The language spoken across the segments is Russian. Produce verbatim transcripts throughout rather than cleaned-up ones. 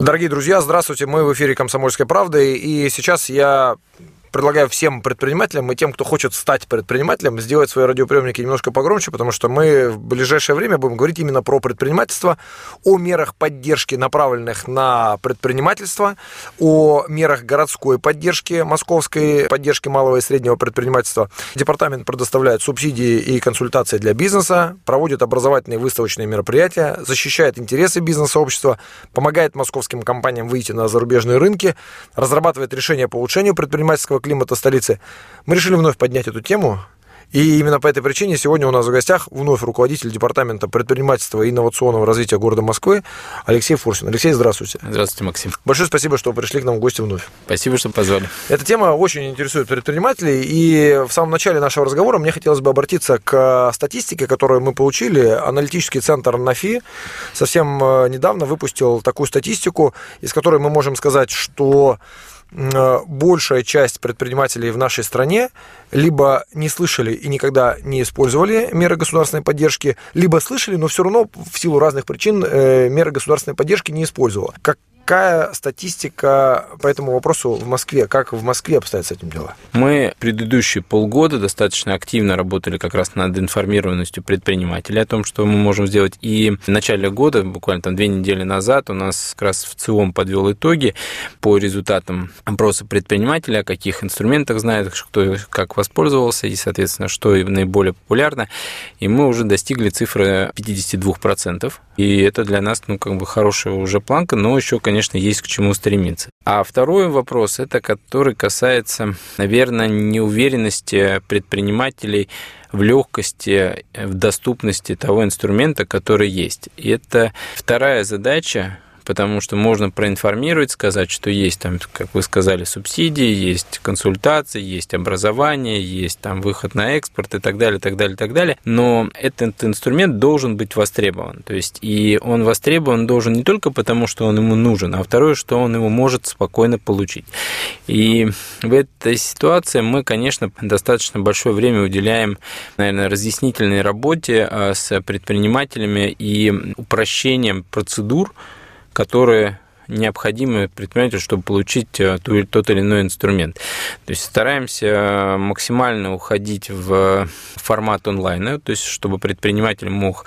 Дорогие друзья, здравствуйте, мы в эфире «Комсомольской правды», и сейчас я предлагаю всем предпринимателям и тем, кто хочет стать предпринимателем, сделать свои радиоприемники немножко погромче, потому что мы в ближайшее время будем говорить именно про предпринимательство, о мерах поддержки, направленных на предпринимательство, о мерах городской поддержки, московской поддержки малого и среднего предпринимательства. Департамент предоставляет субсидии и консультации для бизнеса, проводит образовательные и выставочные мероприятия, защищает интересы бизнес-сообщества, помогает московским компаниям выйти на зарубежные рынки, разрабатывает решения по улучшению предпринимательского климата столицы. Мы решили вновь поднять эту тему, и именно по этой причине сегодня у нас в гостях вновь руководитель Департамента предпринимательства и инновационного развития города Москвы Алексей Фурсин. Алексей, здравствуйте. Здравствуйте, Максим. Большое спасибо, что пришли к нам в гости вновь. Спасибо, что позвали. Эта тема очень интересует предпринимателей, и в самом начале нашего разговора мне хотелось бы обратиться к статистике, которую мы получили. Аналитический центр НАФИ совсем недавно выпустил такую статистику, из которой мы можем сказать, что большая часть предпринимателей в нашей стране либо не слышали и никогда не использовали меры государственной поддержки, либо слышали, но все равно в силу разных причин меры государственной поддержки не использовала. Какая статистика по этому вопросу в Москве? Как в Москве обстоят с этим дела? Мы предыдущие полгода достаточно активно работали как раз над информированностью предпринимателей о том, что мы можем сделать. И в начале года, буквально там две недели назад, у нас как раз в ЦИОМ подвел итоги по результатам опроса предпринимателей, о каких инструментах знает, кто как воспользовался и, соответственно, что наиболее популярно. И мы уже достигли цифры пятьдесят два процента. И это для нас, ну, как бы хорошая уже планка, но еще, конечно, есть к чему стремиться. А второй вопрос, это который касается, наверное, неуверенности предпринимателей в легкости, в доступности того инструмента, который есть. И это вторая задача, потому что можно проинформировать, сказать, что есть там, как вы сказали, субсидии, есть консультации, есть образование, есть там выход на экспорт и так далее, так далее, так далее. Но этот инструмент должен быть востребован. То есть, и он востребован должен не только потому, что он ему нужен, а второе, что он его может спокойно получить. И в этой ситуации мы, конечно, достаточно большое время уделяем, наверное, разъяснительной работе с предпринимателями и упрощением процедур, которые необходимы предпринимателю, чтобы получить тот или иной инструмент. То есть стараемся максимально уходить в формат онлайна, то есть чтобы предприниматель мог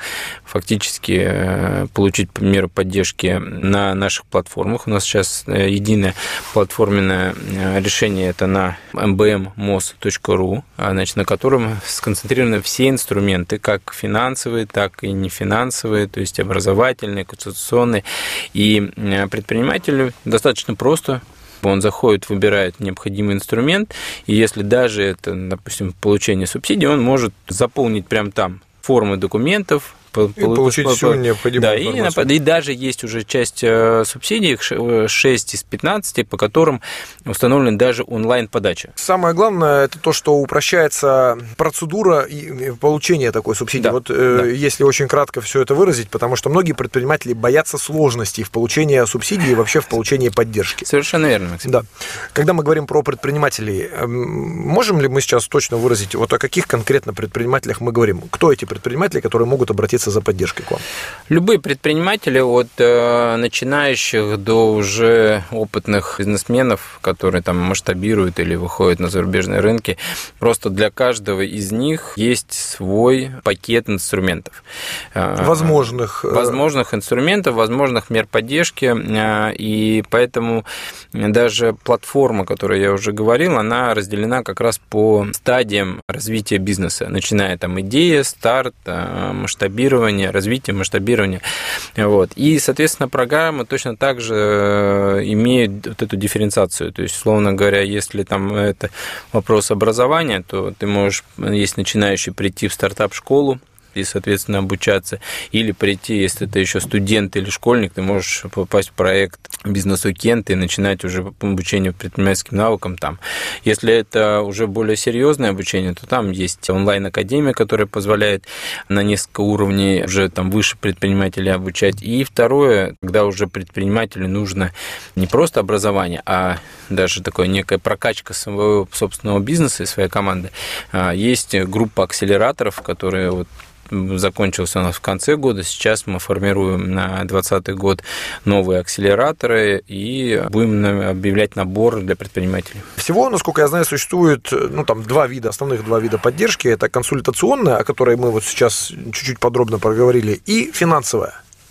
фактически получить меры поддержки на наших платформах. У нас сейчас единое платформенное решение, это на эм бэ эм мос точка ру, значит, на котором сконцентрированы все инструменты, как финансовые, так и нефинансовые, то есть образовательные, консультационные. И предприниматель Предпринимателю достаточно просто. Он заходит, выбирает необходимый инструмент, и если даже это, допустим, получение субсидий, он может заполнить прямо там формы документов, и получить всю необходимую да, информацию. И, и даже есть уже часть субсидий, шесть из пятнадцати, по которым установлена даже онлайн-подача. Самое главное, это то, что упрощается процедура получения такой субсидии. Да, вот да. Если очень кратко все это выразить, потому что многие предприниматели боятся сложностей в получении субсидий и вообще в получении поддержки. Совершенно верно, Максим. Да. Когда мы говорим про предпринимателей, можем ли мы сейчас точно выразить, вот о каких конкретно предпринимателях мы говорим? Кто эти предприниматели, которые могут обратиться за поддержкой к вам? Любые предприниматели, от э, начинающих до уже опытных бизнесменов, которые там масштабируют или выходят на зарубежные рынки, просто для каждого из них есть свой пакет инструментов. Возможных. Возможных инструментов, возможных мер поддержки, и поэтому даже платформа, о которой я уже говорил, она разделена как раз по стадиям развития бизнеса, начиная там идея, старт, масштабирование, развитие, масштабирование. Вот. И, соответственно, программы точно так же имеют вот эту дифференциацию. То есть, условно говоря, если там это вопрос образования, то ты можешь, есть начинающий, прийти в стартап-школу и, соответственно, обучаться, или прийти, если ты еще студент или школьник, ты можешь попасть в проект бизнес-уикенд и начинать уже обучение предпринимательским навыкам там. Если это уже более серьезное обучение, то там есть онлайн-академия, которая позволяет на несколько уровней уже там выше предпринимателей обучать. И второе, когда уже предпринимателю нужно не просто образование, а даже такая некая прокачка своего собственного бизнеса и своей команды, есть группа акселераторов, которые вот закончился у нас в конце года. Сейчас мы формируем на двадцатый год новые акселераторы и будем объявлять набор для предпринимателей. Всего, насколько я знаю, существует ну, там, два вида, основных два вида поддержки. Это консультационная, о которой мы вот сейчас чуть-чуть подробно проговорили, и финансовая.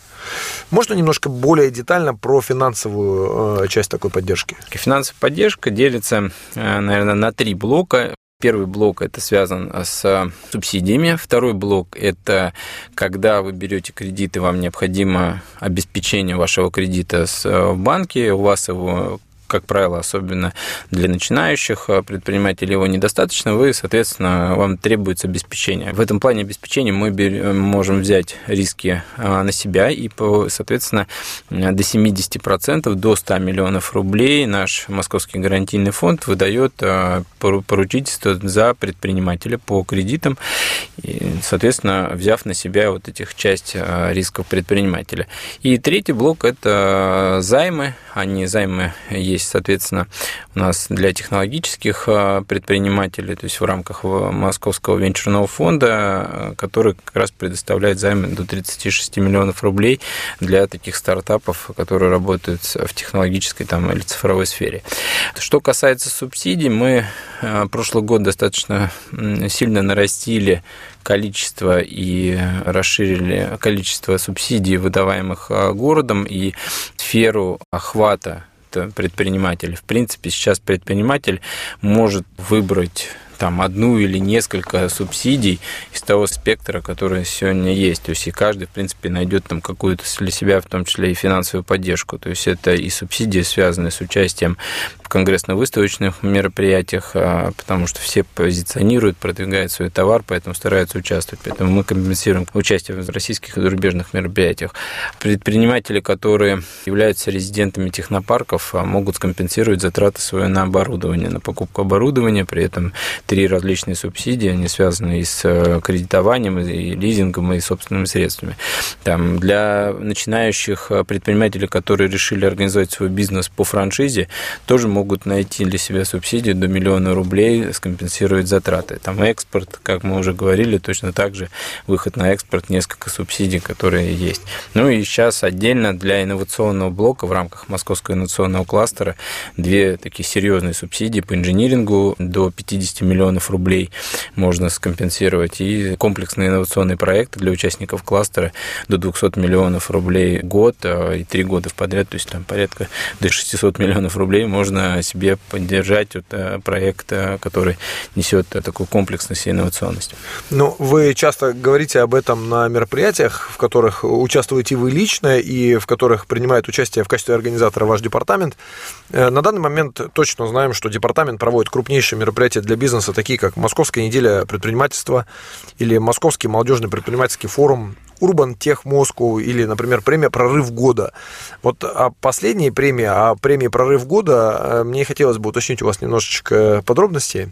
Можно немножко более детально про финансовую часть такой поддержки? Финансовая поддержка делится, наверное, на три блока. Первый блок – это связан с субсидиями. Второй блок – это когда вы берете кредит, и вам необходимо обеспечение вашего кредита в банке, у вас его, как правило, особенно для начинающих предпринимателей, его недостаточно, вы, соответственно, вам требуется обеспечение. В этом плане обеспечения мы берем, можем взять риски на себя, и, соответственно, до семьдесят процентов, до ста миллионов рублей наш Московский гарантийный фонд выдает поручительство за предпринимателя по кредитам, и, соответственно, взяв на себя вот этих часть рисков предпринимателя. И третий блок – это займы. Они займы есть, соответственно, у нас для технологических предпринимателей, то есть в рамках Московского венчурного фонда, который как раз предоставляет займы до тридцати шести миллионов рублей для таких стартапов, которые работают в технологической там, или цифровой сфере. Что касается субсидий, мы прошлый год достаточно сильно нарастили количество и расширили количество субсидий, выдаваемых городом, и сферу охвата предпринимателей. В принципе, сейчас предприниматель может выбрать там одну или несколько субсидий из того спектра, который сегодня есть. То есть и каждый, в принципе, найдет там какую-то для себя, в том числе и финансовую поддержку. То есть это и субсидии, связанные с участием в конгрессно-выставочных мероприятиях, потому что все позиционируют, продвигают свой товар, поэтому стараются участвовать. Поэтому мы компенсируем участие в российских и зарубежных мероприятиях. Предприниматели, которые являются резидентами технопарков, могут скомпенсировать затраты свои на оборудование, на покупку оборудования, при этом три различные субсидии, они связаны и с кредитованием, и лизингом, и собственными средствами. Там, для начинающих предпринимателей, которые решили организовать свой бизнес по франшизе, тоже могут найти для себя субсидию до миллиона рублей, скомпенсировать затраты. Там экспорт, как мы уже говорили, точно так же выход на экспорт, несколько субсидий, которые есть. Ну и сейчас отдельно для инновационного блока в рамках Московского инновационного кластера две такие серьезные субсидии по инжинирингу до пятидесяти миллионов рублей можно скомпенсировать, и комплексные инновационные проекты для участников кластера до двухсот миллионов рублей в год и три года подряд, то есть там порядка до шестисот миллионов рублей можно себе поддержать вот проект, который несет такую комплексность и инновационность. Ну, вы часто говорите об этом на мероприятиях, в которых участвуете вы лично и в которых принимает участие в качестве организатора ваш департамент. На данный момент точно знаем, что департамент проводит крупнейшие мероприятия для бизнеса, такие как Московская неделя предпринимательства или Московский молодежный предпринимательский форум, Urban Tech Moscow или, например, премия «Прорыв года». Вот о последней премии, о премии «Прорыв года» мне хотелось бы уточнить у вас немножечко подробностей.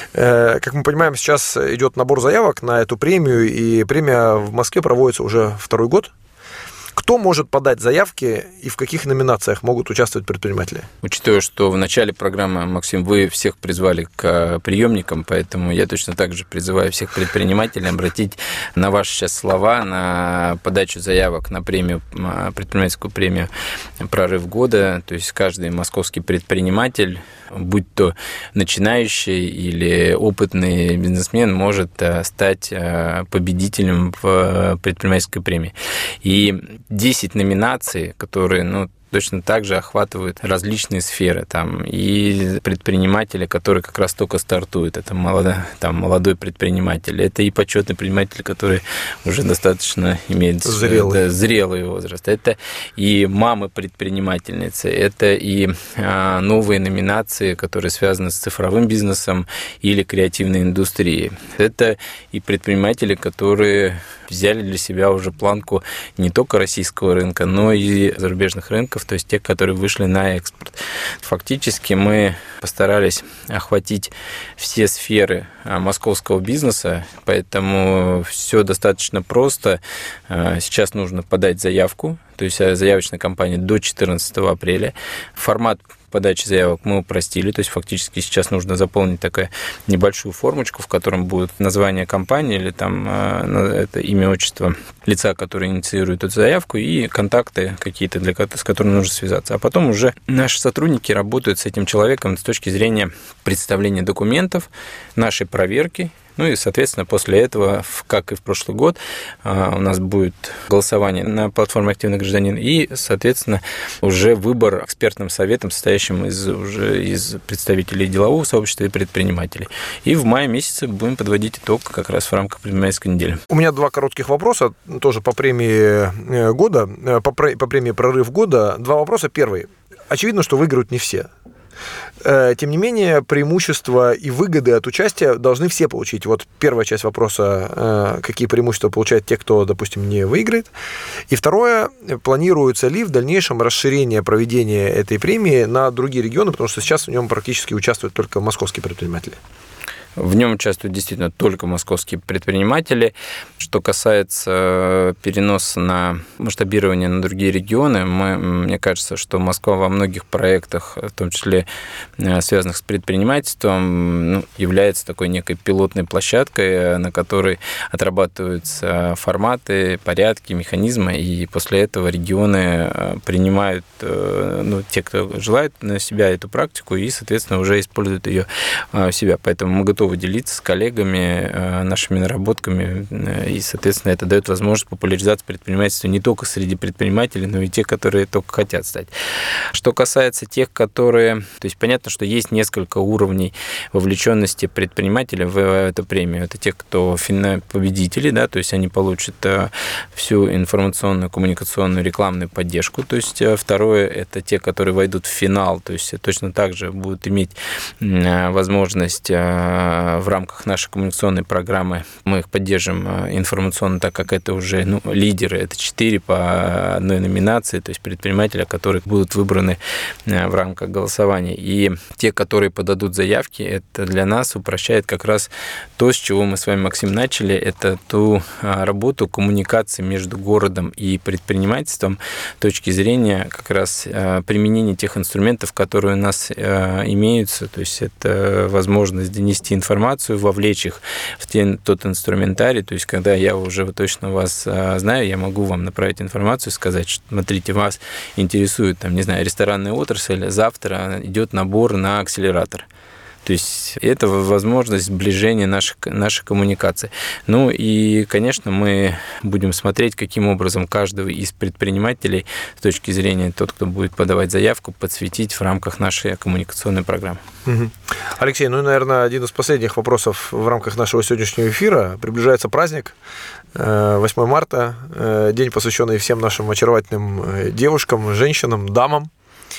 Как мы понимаем, сейчас идет набор заявок на эту премию, и премия в Москве проводится уже второй год. Кто может подать заявки и в каких номинациях могут участвовать предприниматели? Учитывая, что в начале программы, Максим, вы всех призвали к приемникам, поэтому я точно так же призываю всех предпринимателей обратить на ваши сейчас слова на подачу заявок на премию, предпринимательскую премию «Прорыв года». То есть каждый московский предприниматель, будь то начинающий или опытный бизнесмен, может стать победителем в предпринимательской премии. И десять номинаций, которые, ну, точно так же охватывают различные сферы. Там, и предприниматели, которые как раз только стартуют. Это молодой, там, молодой предприниматель. Это и почетный предприниматель, который уже достаточно имеет зрелый, да, зрелый возраст. Это и мамы-предпринимательницы. Это и а, новые номинации, которые связаны с цифровым бизнесом или креативной индустрией. Это и предприниматели, которые взяли для себя уже планку не только российского рынка, но и зарубежных рынков, то есть те, которые вышли на экспорт. Фактически мы постарались охватить все сферы московского бизнеса, поэтому все достаточно просто. Сейчас нужно подать заявку, то есть заявочная кампания до четырнадцатого апреля. Формат подачи заявок мы упростили, то есть фактически сейчас нужно заполнить такую небольшую формочку, в котором будет название компании или там это имя, отчество лица, который инициирует эту заявку, и контакты какие-то, для, с которыми нужно связаться. А потом уже наши сотрудники работают с этим человеком с точки зрения представления документов, нашей проверки. Ну и, соответственно, после этого, как и в прошлый год, у нас будет голосование на платформе «Активный гражданин» и, соответственно, уже выбор экспертным советом, состоящим из, уже из представителей делового сообщества и предпринимателей. И в мае месяце будем подводить итог как раз в рамках предпринимательской недели. У меня два коротких вопроса, тоже по премии года, по, по премии «Прорыв года». Два вопроса. Первый. Очевидно, что выиграют не все. Тем не менее, преимущества и выгоды от участия должны все получить. Вот первая часть вопроса, какие преимущества получают те, кто, допустим, не выиграет. И второе, планируется ли в дальнейшем расширение проведения этой премии на другие регионы, потому что сейчас в нем практически участвуют только московские предприниматели. В нем участвуют действительно только московские предприниматели. Что касается переноса на масштабирование на другие регионы, мы, мне кажется, что Москва во многих проектах, в том числе связанных с предпринимательством, ну, является такой некой пилотной площадкой, на которой отрабатываются форматы, порядки, механизмы, и после этого регионы принимают, ну, те, кто желает на себя эту практику, и, соответственно, уже используют ее у себя. Поэтому мы готовы делиться с коллегами нашими наработками, и, соответственно, это дает возможность популяризации предпринимательства не только среди предпринимателей, но и тех, которые только хотят стать. Что касается тех, которые... То есть понятно, что есть несколько уровней вовлеченности предпринимателя в эту премию. Это те, кто победители, да, то есть они получат всю информационную, коммуникационную, рекламную поддержку. То есть второе, это те, которые войдут в финал, то есть точно так же будут иметь возможность в рамках нашей коммуникационной программы, мы их поддержим информационно, так как это уже, ну, лидеры, это четыре по одной номинации, то есть предприниматели, которые будут выбраны в рамках голосования. И те, которые подадут заявки, это для нас упрощает как раз то, с чего мы с вами, Максим, начали, это ту работу коммуникации между городом и предпринимательством с точки зрения как раз применения тех инструментов, которые у нас имеются, то есть это возможность донести информацию, вовлечь их в тот инструментарий, то есть когда я уже точно вас знаю, я могу вам направить информацию, сказать, что, смотрите, вас интересует, там, не знаю, ресторанная отрасль, завтра идет набор на акселератор. То есть это возможность сближения наших, нашей коммуникации. Ну и, конечно, мы будем смотреть, каким образом каждого из предпринимателей с точки зрения тот, кто будет подавать заявку, подсветить в рамках нашей коммуникационной программы. Угу. Алексей, ну и, наверное, один из последних вопросов в рамках нашего сегодняшнего эфира. Приближается праздник, восьмое марта, день, посвященный всем нашим очаровательным девушкам, женщинам, дамам.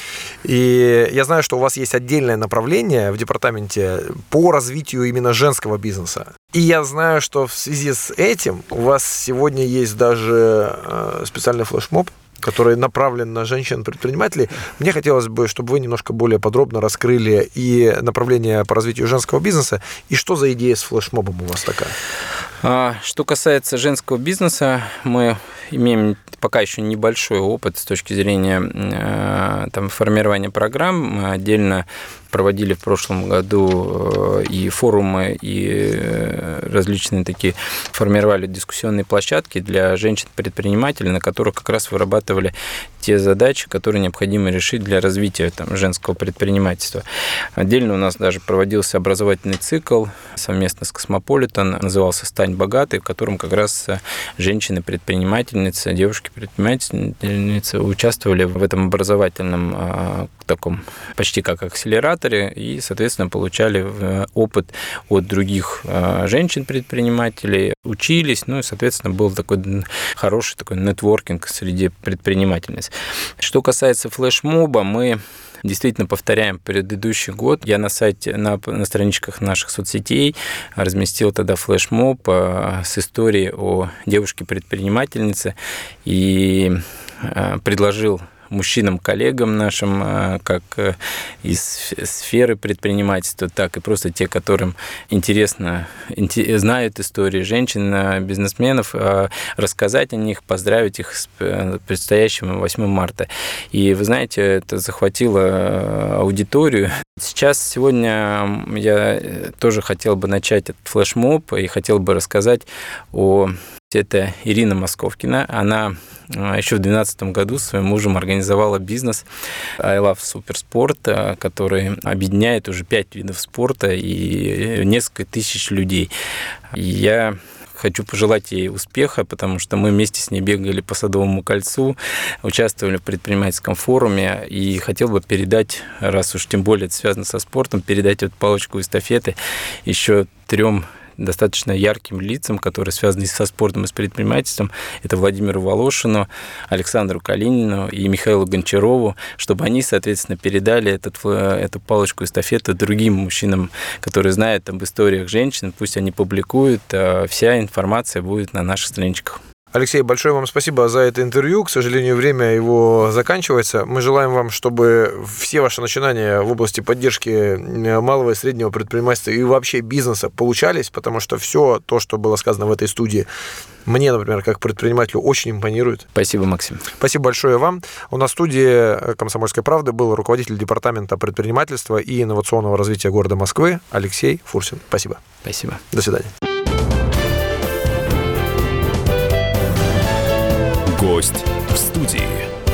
И я знаю, что у вас есть отдельное направление в департаменте по развитию именно женского бизнеса. И я знаю, что в связи с этим у вас сегодня есть даже специальный флешмоб, который направлен на женщин-предпринимателей. Мне хотелось бы, чтобы вы немножко более подробно раскрыли и направление по развитию женского бизнеса, и что за идея с флешмобом у вас такая? Что касается женского бизнеса, мы имеем пока еще небольшой опыт с точки зрения там, формирования программ. Мы отдельно проводили в прошлом году и форумы, и различные такие, формировали дискуссионные площадки для женщин-предпринимателей, на которых как раз вырабатывали те задачи, которые необходимо решить для развития там, женского предпринимательства. Отдельно у нас даже проводился образовательный цикл совместно с Космополитен, назывался «Стань богатой», в котором как раз женщины-предпринимательницы, девушки-предпринимательницы участвовали в этом образовательном таком почти как акселераторе и, соответственно, получали опыт от других женщин-предпринимателей, учились, ну и, соответственно, был такой хороший такой нетворкинг среди предпринимательниц. Что касается флешмоба, мы действительно повторяем предыдущий год. Я на сайте, на, на страничках наших соцсетей разместил тогда флешмоб с историей о девушке-предпринимательнице и предложил мужчинам-коллегам нашим, как из сферы предпринимательства, так и просто те, которым интересно, знают истории женщин-бизнесменов, рассказать о них, поздравить их с предстоящим восьмым марта. И вы знаете, это захватило аудиторию. Сейчас, сегодня я тоже хотел бы начать этот флешмоб и хотел бы рассказать о... Это Ирина Московкина. Она еще в две тысячи двенадцатом году с своим мужем организовала бизнес I Love Суперспорт, который объединяет уже пять видов спорта и несколько тысяч людей. Я хочу пожелать ей успеха, потому что мы вместе с ней бегали по Садовому кольцу, участвовали в предпринимательском форуме, и хотел бы передать, раз уж тем более это связано со спортом, передать эту палочку эстафеты еще трем достаточно ярким лицам, которые связаны со спортом и с предпринимательством. Это Владимиру Волошину, Александру Калинину и Михаилу Гончарову, чтобы они, соответственно, передали этот, эту палочку эстафеты другим мужчинам, которые знают об историях женщин. Пусть они публикуют, а вся информация будет на наших страничках. Алексей, большое вам спасибо за это интервью. К сожалению, время его заканчивается. Мы желаем вам, чтобы все ваши начинания в области поддержки малого и среднего предпринимательства и вообще бизнеса получались, потому что все то, что было сказано в этой студии, мне, например, как предпринимателю, очень импонирует. Спасибо, Максим. Спасибо большое вам. У нас в студии «Комсомольской правды» был руководитель департамента предпринимательства и инновационного развития города Москвы Алексей Фурсин. Спасибо. Спасибо. До свидания. Гость в студии.